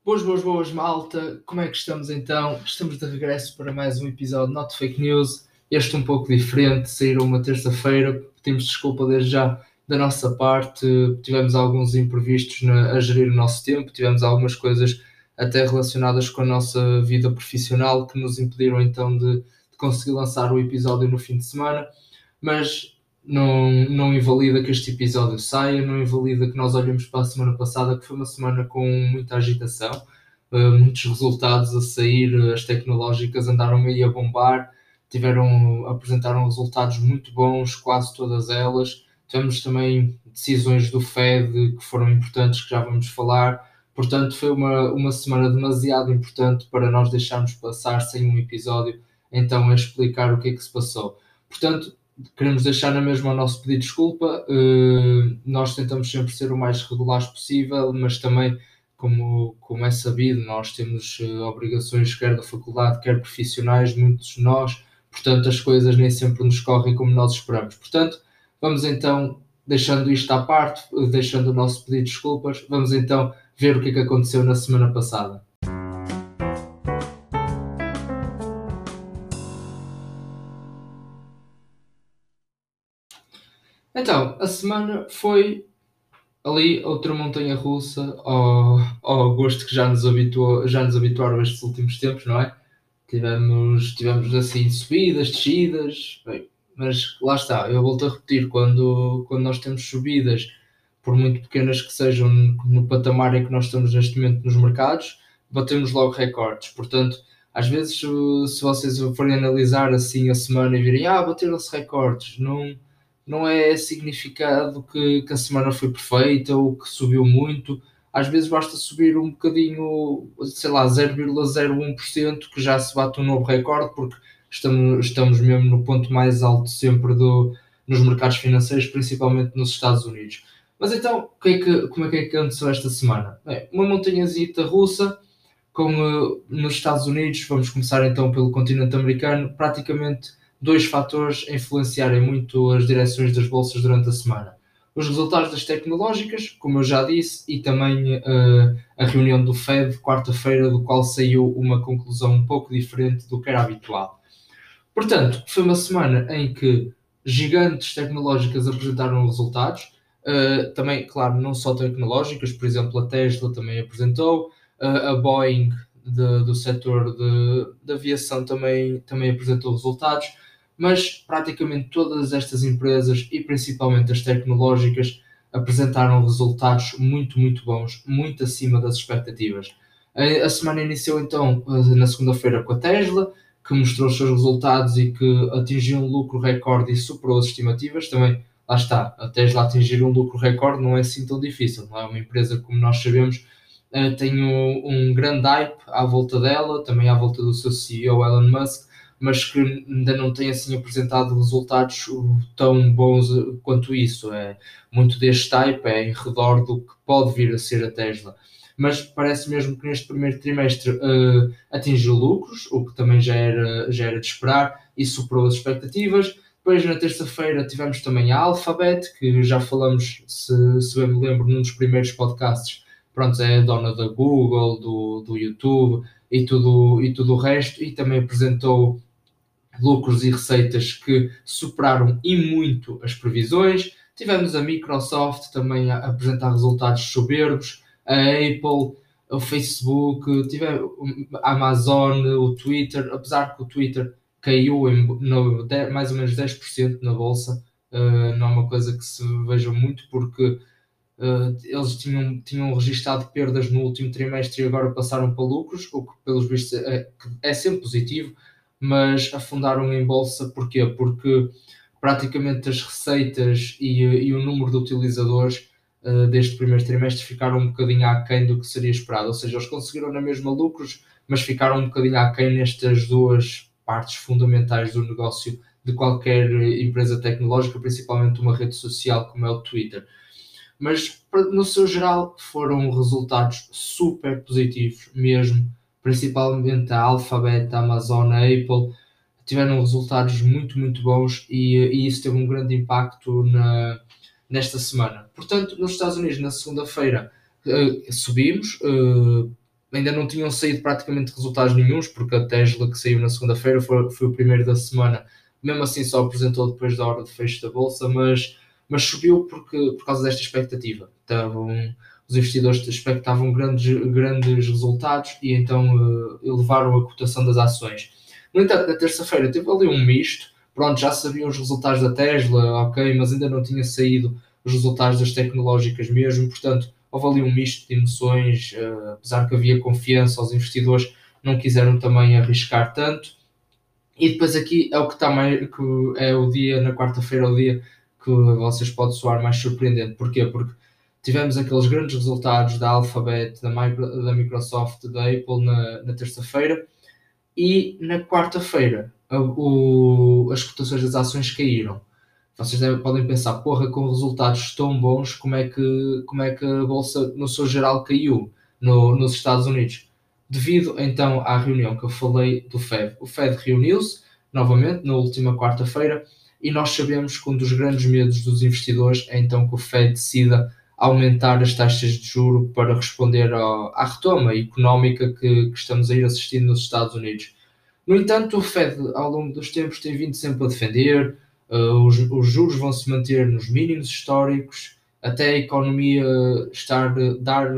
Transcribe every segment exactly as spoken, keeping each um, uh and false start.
Boas, boas, boas, malta. Como é que estamos então? Estamos de regresso para mais um episódio Not Fake News. Este um pouco diferente, saíram uma terça-feira. Pedimos desculpa desde já da nossa parte. Tivemos alguns imprevistos na- a gerir o nosso tempo, tivemos algumas coisas até relacionadas com a nossa vida profissional que nos impediram então de, de conseguir lançar o episódio no fim de semana. Mas não, não invalida que este episódio saia, não invalida que nós olhemos para a semana passada, que foi uma semana com muita agitação, uh, muitos resultados a sair, as tecnológicas andaram meio a bombar, tiveram, apresentaram resultados muito bons, quase todas elas. Tivemos também decisões do Fed que foram importantes, que já vamos falar. Portanto, foi uma, uma semana demasiado importante para nós deixarmos passar sem um episódio, então a explicar o que é que se passou. Portanto, queremos deixar na mesma o nosso pedido de desculpa. Uh, nós tentamos sempre ser o mais regulares possível, mas também, como, como é sabido, nós temos uh, obrigações, quer da faculdade, quer profissionais, muitos de nós, portanto, as coisas nem sempre nos correm como nós esperamos. Portanto, vamos então, deixando isto à parte, uh, deixando o nosso pedido de desculpas, vamos então ver o que é que aconteceu na semana passada. Então, a semana foi ali outra montanha russa ao, ao gosto que já nos, habituou, já nos habituaram estes últimos tempos, não é? Tivemos, tivemos assim subidas, descidas, bem, mas lá está, eu volto a repetir, quando, quando nós temos subidas, por muito pequenas que sejam no, no patamar em que nós estamos neste momento nos mercados, batemos logo recordes. Portanto, às vezes, se se vocês forem analisar assim a semana e virem, ah, bateram-se recordes, não, não é significado que, que a semana foi perfeita ou que subiu muito. Às vezes basta subir um bocadinho, sei lá, zero vírgula zero um por cento que já se bate um novo recorde, porque estamos, estamos mesmo no ponto mais alto sempre do, nos mercados financeiros, principalmente nos Estados Unidos. Mas então, o que é que- como é que aconteceu esta semana? Bem, uma montanhazita russa, com, eh, nos Estados Unidos, vamos começar então pelo continente americano, praticamente dois fatores a influenciarem muito as direções das bolsas durante a semana. Os resultados das tecnológicas, como eu já disse, e também eh, a reunião do Fed, quarta-feira, do qual saiu uma conclusão um pouco diferente do que era habitual. Portanto, foi uma semana em que gigantes tecnológicas apresentaram resultados, uh, também, claro, não só tecnológicas, por exemplo, a Tesla também apresentou, uh, a Boeing de, do setor de, de aviação também, também apresentou resultados, mas praticamente todas estas empresas e principalmente as tecnológicas apresentaram resultados muito, muito bons, muito acima das expectativas. A, a semana iniciou então na segunda-feira com a Tesla, que mostrou os seus resultados e que atingiu um lucro recorde e superou as estimativas. Também, lá está, a Tesla atingir um lucro recorde não é assim tão difícil, não é? Uma empresa, como nós sabemos, eh, tem um, um grande hype à volta dela, também à volta do seu C E O Elon Musk, mas que ainda não tem assim apresentado resultados tão bons quanto isso. É muito deste hype, é em redor do que pode vir a ser a Tesla. Mas parece mesmo que neste primeiro trimestre uh, atingiu lucros, o que também já era, já era de esperar e superou as expectativas. Depois, na terça-feira, tivemos também a Alphabet, que já falamos, se, se bem me lembro, num dos primeiros podcasts. Pronto, é a dona da Google, do, do YouTube e tudo, e tudo o resto, e também apresentou lucros e receitas que superaram e muito as previsões. Tivemos a Microsoft também a apresentar resultados soberbos, a Apple, o Facebook, tivemos a Amazon, o Twitter, apesar que o Twitter caiu em no, de, mais ou menos dez por cento na bolsa, uh, não é uma coisa que se veja muito porque uh, eles tinham, tinham registado perdas no último trimestre e agora passaram para lucros, o que pelos vistos é, é sempre positivo, mas afundaram em bolsa porquê? Porque praticamente as receitas e, e o número de utilizadores uh, deste primeiro trimestre ficaram um bocadinho aquém do que seria esperado, ou seja, eles conseguiram na mesma lucros, mas ficaram um bocadinho aquém nestas duas partes fundamentais do negócio de qualquer empresa tecnológica, principalmente uma rede social como é o Twitter. Mas no seu geral foram resultados super positivos mesmo, principalmente a Alphabet, a Amazon, a Apple tiveram resultados muito, muito bons e, e isso teve um grande impacto na, nesta semana. Portanto, nos Estados Unidos, na segunda-feira, uh, subimos, uh, ainda não tinham saído praticamente resultados nenhuns, porque a Tesla, que saiu na segunda-feira, foi, foi o primeiro da semana, mesmo assim só apresentou depois da hora de fecho da bolsa, mas, mas subiu porque, por causa desta expectativa. Estavam, os investidores expectavam grandes, grandes resultados e então uh, elevaram a cotação das ações. No entanto, na terça-feira teve ali um misto. Pronto, já sabiam os resultados da Tesla, ok, mas ainda não tinha saído os resultados das tecnológicas mesmo, portanto, houve ali um misto de emoções, uh, apesar que havia confiança, os investidores não quiseram também arriscar tanto. E depois aqui é o que está mais, que é o dia, na quarta-feira, é o dia que vocês podem soar mais surpreendente. Porquê? Porque tivemos aqueles grandes resultados da Alphabet, da, Micro, da Microsoft, da Apple na, na terça-feira, e na quarta-feira o, as cotações das ações caíram. Vocês devem, podem pensar, porra, com resultados tão bons, como é que, como é que a bolsa no seu geral caiu no, nos Estados Unidos? Devido então à reunião que eu falei do Fed. O Fed reuniu-se novamente na última quarta-feira e nós sabemos que um dos grandes medos dos investidores é então que o Fed decida aumentar as taxas de juro para responder ao, à retoma económica que, que estamos a ir assistindo nos Estados Unidos. No entanto, o Fed, ao longo dos tempos, tem vindo sempre a defender, uh, os, os juros vão se manter nos mínimos históricos, até a economia estar, dar,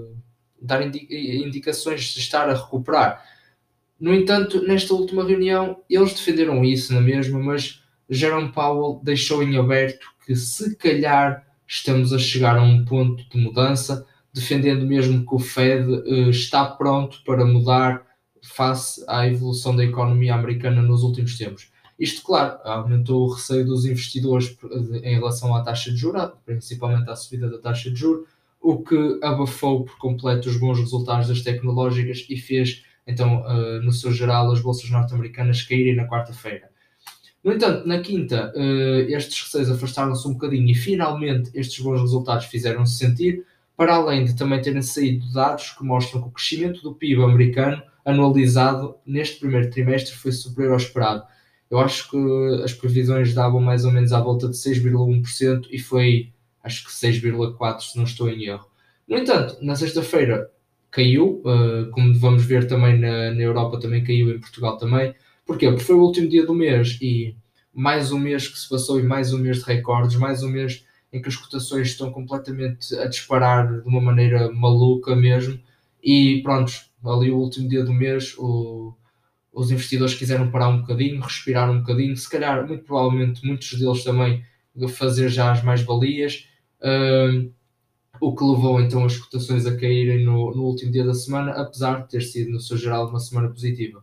dar indi indicações de estar a recuperar. No entanto, nesta última reunião, eles defenderam isso na mesma, mas Jerome Powell deixou em aberto que se calhar estamos a chegar a um ponto de mudança, defendendo mesmo que o Fed uh, está pronto para mudar face à evolução da economia americana nos últimos tempos. Isto, claro, aumentou o receio dos investidores em relação à taxa de juros, principalmente à subida da taxa de juros, o que abafou por completo os bons resultados das tecnológicas e fez, então, uh, no seu geral, as bolsas norte-americanas caírem na quarta-feira. No entanto, na quinta, uh, estes receios afastaram-se um bocadinho e finalmente estes bons resultados fizeram-se sentir, para além de também terem saído dados que mostram que o crescimento do P I B americano anualizado neste primeiro trimestre foi superior ao esperado. Eu acho que as previsões davam mais ou menos à volta de seis vírgula um por cento e foi, acho que seis vírgula quatro por cento, se não estou em erro. No entanto, na sexta-feira caiu, uh, como vamos ver também na, na Europa, também caiu, em Portugal também. Porquê? Porque foi o último dia do mês e mais um mês que se passou e mais um mês de recordes, mais um mês em que as cotações estão completamente a disparar de uma maneira maluca mesmo. E pronto, ali o último dia do mês, o, os investidores quiseram parar um bocadinho, respirar um bocadinho, se calhar, muito provavelmente, muitos deles também fazer já as mais-valias, uh, o que levou então as cotações a caírem no, no último dia da semana, apesar de ter sido, no seu geral, uma semana positiva.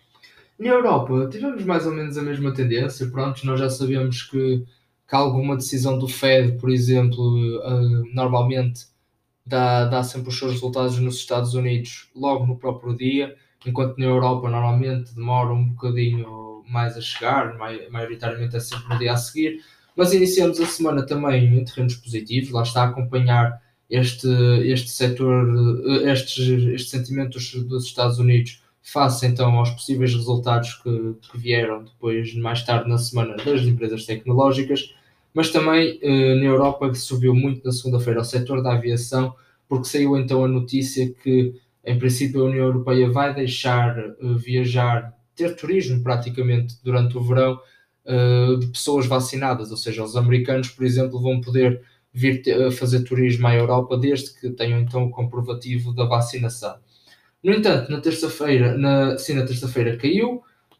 Na Europa, tivemos mais ou menos a mesma tendência. Pronto, nós já sabemos que, que alguma decisão do Fed, por exemplo, uh, normalmente dá, dá sempre os seus resultados nos Estados Unidos logo no próprio dia, enquanto na Europa normalmente demora um bocadinho mais a chegar, maioritariamente é sempre no dia a seguir. Mas iniciamos a semana também em terrenos positivos, lá está a acompanhar este, este setor, estes, estes sentimentos dos Estados Unidos face então aos possíveis resultados que, que vieram depois, mais tarde na semana, das empresas tecnológicas, mas também eh, na Europa que subiu muito na segunda-feira ao setor da aviação, porque saiu então a notícia que, em princípio, a União Europeia vai deixar eh, viajar, ter turismo praticamente durante o verão eh, de pessoas vacinadas, ou seja, os americanos, por exemplo, vão poder vir ter, fazer turismo à Europa desde que tenham então o comprovativo da vacinação. No entanto, na terça-feira, na, sim, na terça-feira caiu,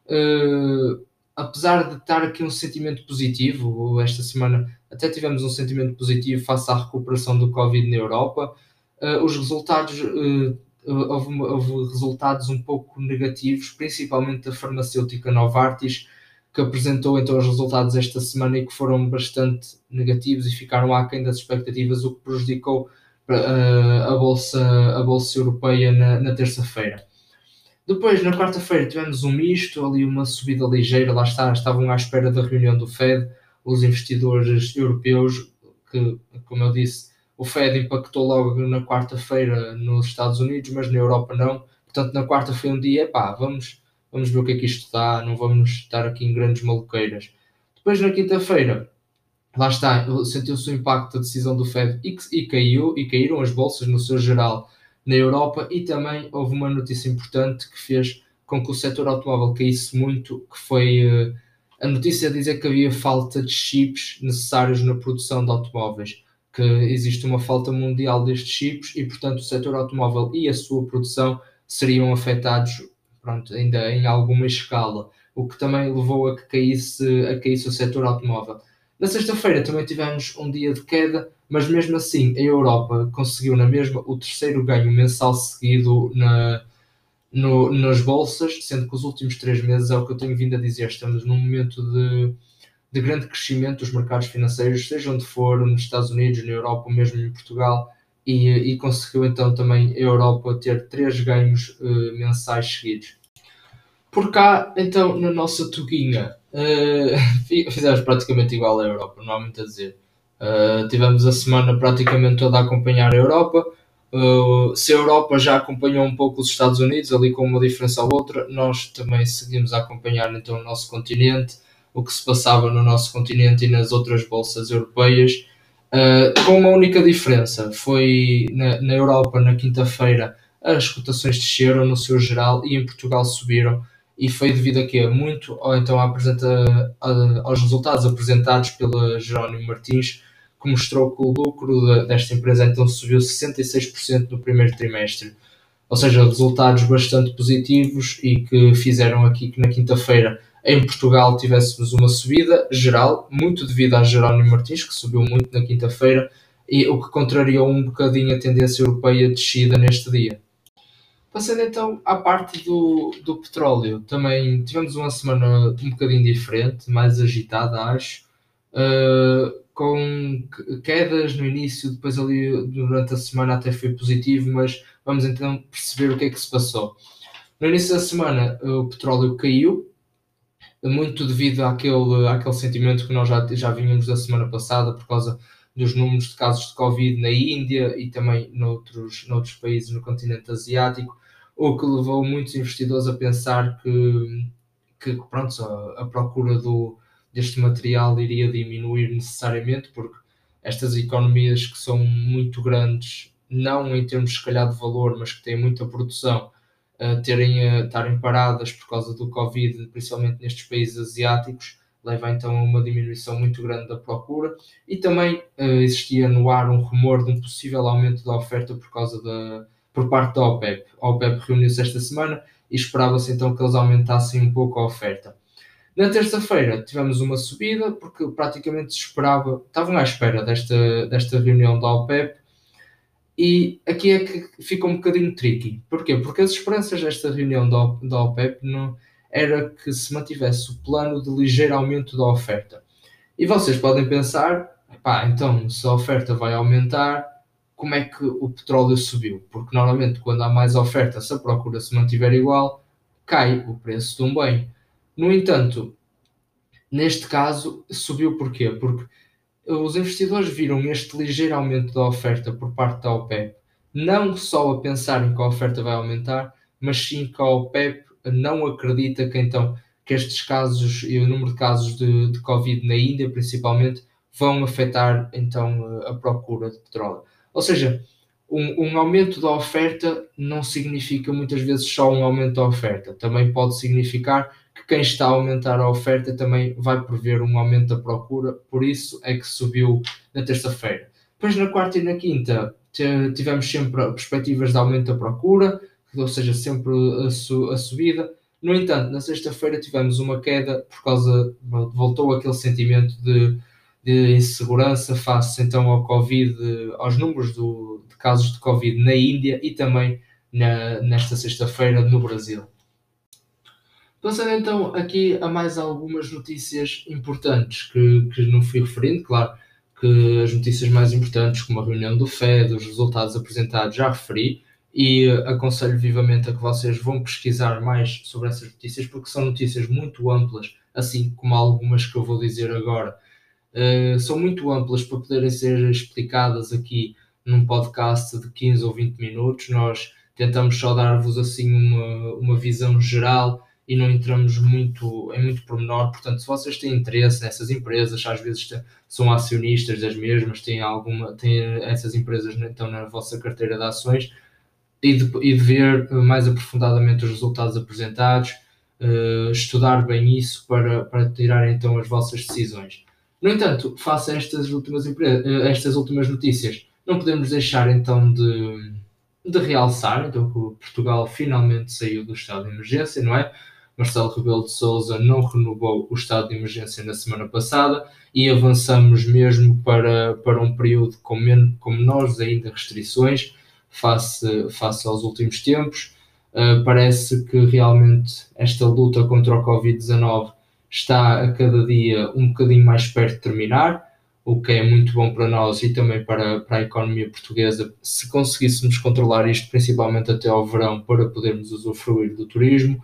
uh, apesar de estar aqui um sentimento positivo, esta semana até tivemos um sentimento positivo face à recuperação do Covid na Europa, uh, os resultados, uh, houve, houve resultados um pouco negativos, principalmente da farmacêutica Novartis, que apresentou então os resultados esta semana e que foram bastante negativos e ficaram aquém das expectativas, o que prejudicou Uh, a, bolsa, a Bolsa Europeia na, na terça-feira. Depois, na quarta-feira, tivemos um misto, ali uma subida ligeira, lá está, estavam à espera da reunião do Fed, os investidores europeus, que, como eu disse, o Fed impactou logo na quarta-feira nos Estados Unidos, mas na Europa não. Portanto, na quarta foi um dia, epá, vamos, vamos ver o que é que isto dá, não vamos estar aqui em grandes maluqueiras. Depois, na quinta-feira, lá está, sentiu-se o impacto da decisão do Fed e, e caiu, e caíram as bolsas no seu geral na Europa, e também houve uma notícia importante que fez com que o setor automóvel caísse muito, que foi uh, a notícia a dizer que havia falta de chips necessários na produção de automóveis, que existe uma falta mundial destes chips e, portanto, o setor automóvel e a sua produção seriam afetados, pronto, ainda em alguma escala, o que também levou a que caísse, a caísse o setor automóvel. Na sexta-feira também tivemos um dia de queda, mas mesmo assim a Europa conseguiu na mesma o terceiro ganho mensal seguido na, no, nas bolsas, sendo que os últimos três meses, é o que eu tenho vindo a dizer, estamos num momento de, de grande crescimento dos mercados financeiros, seja onde for, nos Estados Unidos, na Europa, ou mesmo em Portugal, e, e conseguiu então também a Europa ter três ganhos uh, mensais seguidos. Por cá, então, na nossa tuguinha, uh, fizemos praticamente igual à Europa, não há muito a dizer. Uh, tivemos a semana praticamente toda a acompanhar a Europa. Uh, se a Europa já acompanhou um pouco os Estados Unidos, ali com uma diferença ou outra, nós também seguimos a acompanhar então o nosso continente, o que se passava no nosso continente e nas outras bolsas europeias, uh, com uma única diferença. Foi na, na Europa, na quinta-feira, as cotações desceram no seu geral e em Portugal subiram, e foi devido a quê? Muito ou então apresenta, a, aos resultados apresentados pela Jerónimo Martins, que mostrou que o lucro de, desta empresa então subiu sessenta e seis por cento no primeiro trimestre. Ou seja, resultados bastante positivos e que fizeram aqui que na quinta-feira em Portugal tivéssemos uma subida geral, muito devido a Jerónimo Martins, que subiu muito na quinta-feira, e o que contrariou um bocadinho a tendência europeia de descida neste dia. Passando então à parte do, do petróleo, também tivemos uma semana um bocadinho diferente, mais agitada, acho, uh, com quedas no início, depois ali durante a semana até foi positivo, mas vamos então perceber o que é que se passou. No início da semana o petróleo caiu, muito devido àquele, àquele sentimento que nós já, já vínhamos da semana passada, por causa dos números de casos de Covid na Índia e também noutros, noutros países no continente asiático, o que levou muitos investidores a pensar que, que pronto, a, a procura do, deste material iria diminuir necessariamente, porque estas economias que são muito grandes, não em termos se calhar de valor, mas que têm muita produção, uh, terem, uh, estarem paradas por causa do Covid, principalmente nestes países asiáticos, leva então a uma diminuição muito grande da procura, e também uh, existia no ar um rumor de um possível aumento da oferta por causa da, por parte da OPEP. A OPEP reuniu-se esta semana e esperava-se então que eles aumentassem um pouco a oferta. Na terça-feira tivemos uma subida, porque praticamente se esperava, estavam à espera desta, desta reunião da OPEP, e aqui é que fica um bocadinho tricky. Porquê? Porque as esperanças desta reunião da OPEP não, era que se mantivesse o plano de ligeiro aumento da oferta. E vocês podem pensar, pá, então se a oferta vai aumentar, como é que o petróleo subiu? Porque normalmente quando há mais oferta, se a procura se mantiver igual, cai o preço de um bem. No entanto, neste caso, subiu porquê? Porque os investidores viram este ligeiro aumento da oferta por parte da OPEP, não só a pensarem que a oferta vai aumentar, mas sim que a OPEP não acredita que então que estes casos e o número de casos de, de Covid na Índia, principalmente, vão afetar então a procura de petróleo. Ou seja, um, um aumento da oferta não significa muitas vezes só um aumento da oferta, também pode significar que quem está a aumentar a oferta também vai prever um aumento da procura, por isso é que subiu na terça-feira. Depois na quarta e na quinta tivemos sempre perspectivas de aumento da procura, ou seja, sempre a, su a subida. No entanto, na sexta-feira tivemos uma queda por causa, voltou aquele sentimento de, de insegurança face então ao Covid, aos números do, de casos de Covid na Índia e também na, nesta sexta-feira no Brasil. Passando então aqui a mais algumas notícias importantes que, que não fui referindo, claro que as notícias mais importantes, como a reunião do F E D, os resultados apresentados, já referi, e aconselho vivamente a que vocês vão pesquisar mais sobre essas notícias, porque são notícias muito amplas, assim como algumas que eu vou dizer agora. Uh, são muito amplas para poderem ser explicadas aqui num podcast de quinze ou vinte minutos. Nós tentamos só dar-vos assim uma, uma visão geral e não entramos muito em muito pormenor. Portanto, se vocês têm interesse nessas empresas, às vezes são acionistas das mesmas, têm alguma, têm essas empresas então na vossa carteira de ações, e de, e de ver mais aprofundadamente os resultados apresentados, uh, estudar bem isso para, para tirar então as vossas decisões. No entanto, face a estas últimas, estas últimas notícias, não podemos deixar então de, de realçar então, que Portugal finalmente saiu do estado de emergência, não é? Marcelo Rebelo de Sousa não renovou o estado de emergência na semana passada e avançamos mesmo para, para um período com, men com menores ainda restrições face, face aos últimos tempos. Uh, parece que realmente esta luta contra o covid dezanove está a cada dia um bocadinho mais perto de terminar, o que é muito bom para nós e também para, para a economia portuguesa, se conseguíssemos controlar isto, principalmente até ao verão, para podermos usufruir do turismo.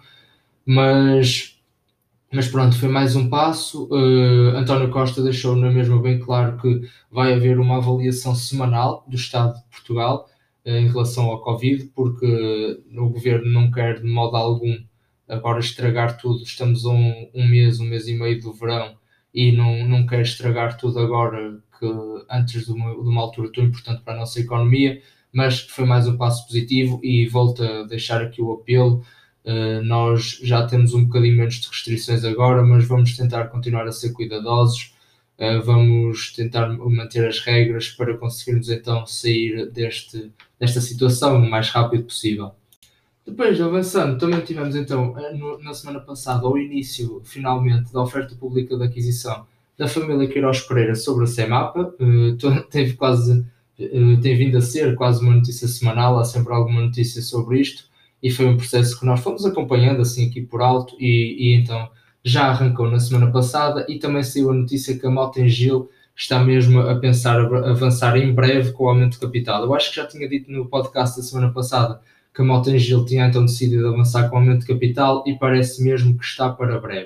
Mas, mas pronto, foi mais um passo. Uh, António Costa deixou na mesma bem claro que vai haver uma avaliação semanal do Estado de Portugal uh, em relação ao Covid, porque o governo não quer de modo algum agora estragar tudo. Estamos a um, um mês, um mês e meio do verão e não, não quer estragar tudo agora, que antes de uma, de uma altura tão importante para a nossa economia, mas foi mais um passo positivo e volto a deixar aqui o apelo. Uh, nós já temos um bocadinho menos de restrições agora, mas vamos tentar continuar a ser cuidadosos, uh, vamos tentar manter as regras para conseguirmos então sair deste, desta situação o mais rápido possível. Depois, avançando, também tivemos então no, na semana passada o início finalmente da oferta pública de aquisição da família Queiroz Pereira sobre a CEMAPA. Uh, teve quase, uh, tem vindo a ser quase uma notícia semanal, há sempre alguma notícia sobre isto. E foi um processo que nós fomos acompanhando assim aqui por alto e, e então já arrancou na semana passada e também saiu a notícia que a Mota-Engil está mesmo a pensar a avançar em breve com o aumento de capital. Eu acho que já tinha dito no podcast da semana passada que a Mota-Engil tinha então decidido avançar com o aumento de capital e parece mesmo que está para breve.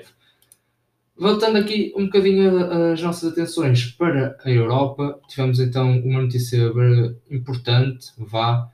Voltando aqui um bocadinho as nossas atenções para a Europa, tivemos então uma notícia importante, vá,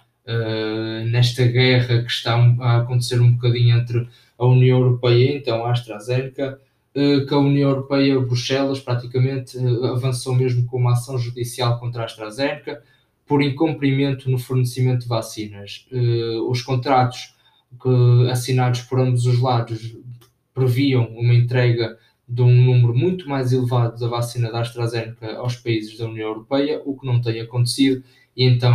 Uh, nesta guerra que está a acontecer um bocadinho entre a União Europeia e então a AstraZeneca, uh, que a União Europeia, Bruxelas, praticamente uh, avançou mesmo com uma ação judicial contra a AstraZeneca por incumprimento no fornecimento de vacinas. Uh, os contratos que, assinados por ambos os lados previam uma entrega de um número muito mais elevado da vacina da AstraZeneca aos países da União Europeia, o que não tem acontecido. E então,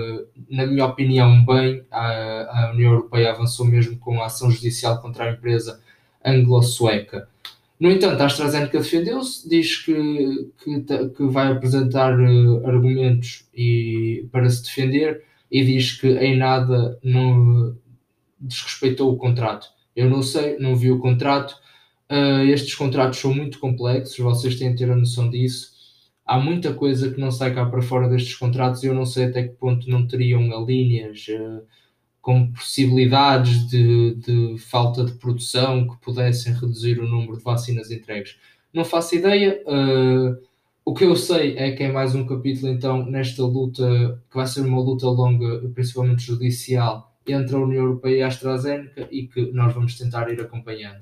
na minha opinião, bem, a, a União Europeia avançou mesmo com a ação judicial contra a empresa anglo-sueca. No entanto, a AstraZeneca defendeu-se, diz que, que, que vai apresentar uh, argumentos e, para se defender e diz que em nada não desrespeitou o contrato. Eu não sei, não vi o contrato. Uh, estes contratos são muito complexos, vocês têm de ter a noção disso. Há muita coisa que não sai cá para fora destes contratos e eu não sei até que ponto não teriam linhas uh, com possibilidades de, de falta de produção que pudessem reduzir o número de vacinas entregues. Não faço ideia. Uh, o que eu sei é que é mais um capítulo então nesta luta, que vai ser uma luta longa, principalmente judicial, entre a União Europeia e a AstraZeneca e que nós vamos tentar ir acompanhando.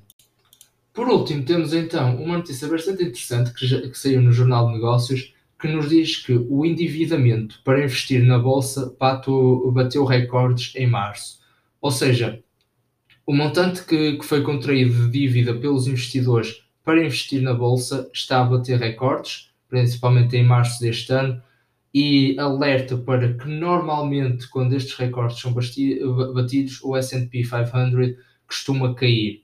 Por último, temos então uma notícia bastante interessante que, já, que saiu no Jornal de Negócios, que nos diz que o endividamento para investir na Bolsa bateu, bateu recordes em março. Ou seja, o montante que, que foi contraído de dívida pelos investidores para investir na Bolsa está a bater recordes, principalmente em março deste ano, e alerta para que normalmente quando estes recordes são batidos, o S and P quinhentos costuma cair.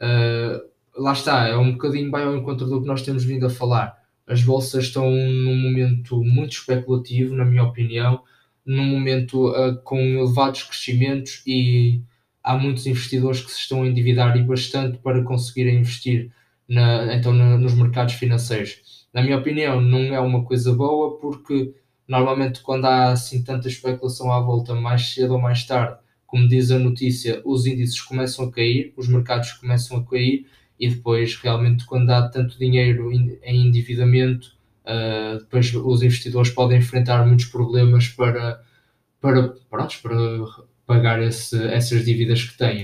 Uh, lá está, é um bocadinho bem ao encontro do que nós temos vindo a falar. As bolsas estão num momento muito especulativo, na minha opinião, num momento uh, com elevados crescimentos e há muitos investidores que se estão a endividar e bastante para conseguirem investir na, então, na, nos mercados financeiros. Na minha opinião, não é uma coisa boa porque normalmente quando há assim tanta especulação à volta, mais cedo ou mais tarde, como diz a notícia, os índices começam a cair, os mercados começam a cair e depois realmente quando há tanto dinheiro em endividamento, uh, depois os investidores podem enfrentar muitos problemas para, para, pronto, para pagar esse, essas dívidas que têm.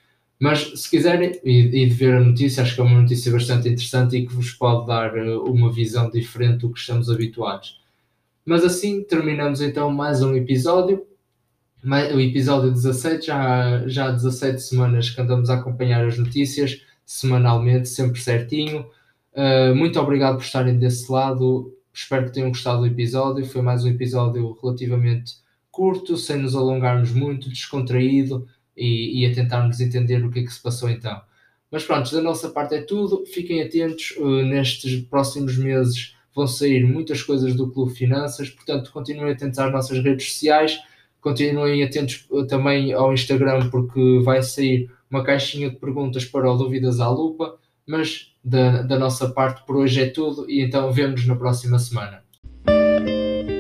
Mas se quiserem e, e de ver a notícia, acho que é uma notícia bastante interessante e que vos pode dar uh, uma visão diferente do que estamos habituados. Mas assim terminamos então mais um episódio. o episódio dezassete, já, já há dezassete semanas que andamos a acompanhar as notícias, semanalmente, sempre certinho. Uh, muito obrigado por estarem desse lado, espero que tenham gostado do episódio. Foi mais um episódio relativamente curto, sem nos alongarmos muito, descontraído e, e a tentarmos entender o que é que se passou então. Mas pronto, da nossa parte é tudo, fiquem atentos, uh, nestes próximos meses vão sair muitas coisas do Clube Finanças, portanto continuem atentos às nossas redes sociais. Continuem atentos uh, também ao Instagram, porque vai sair uma caixinha de perguntas para o Dúvidas à Lupa. Mas da, da nossa parte por hoje é tudo, e então vemos na próxima semana.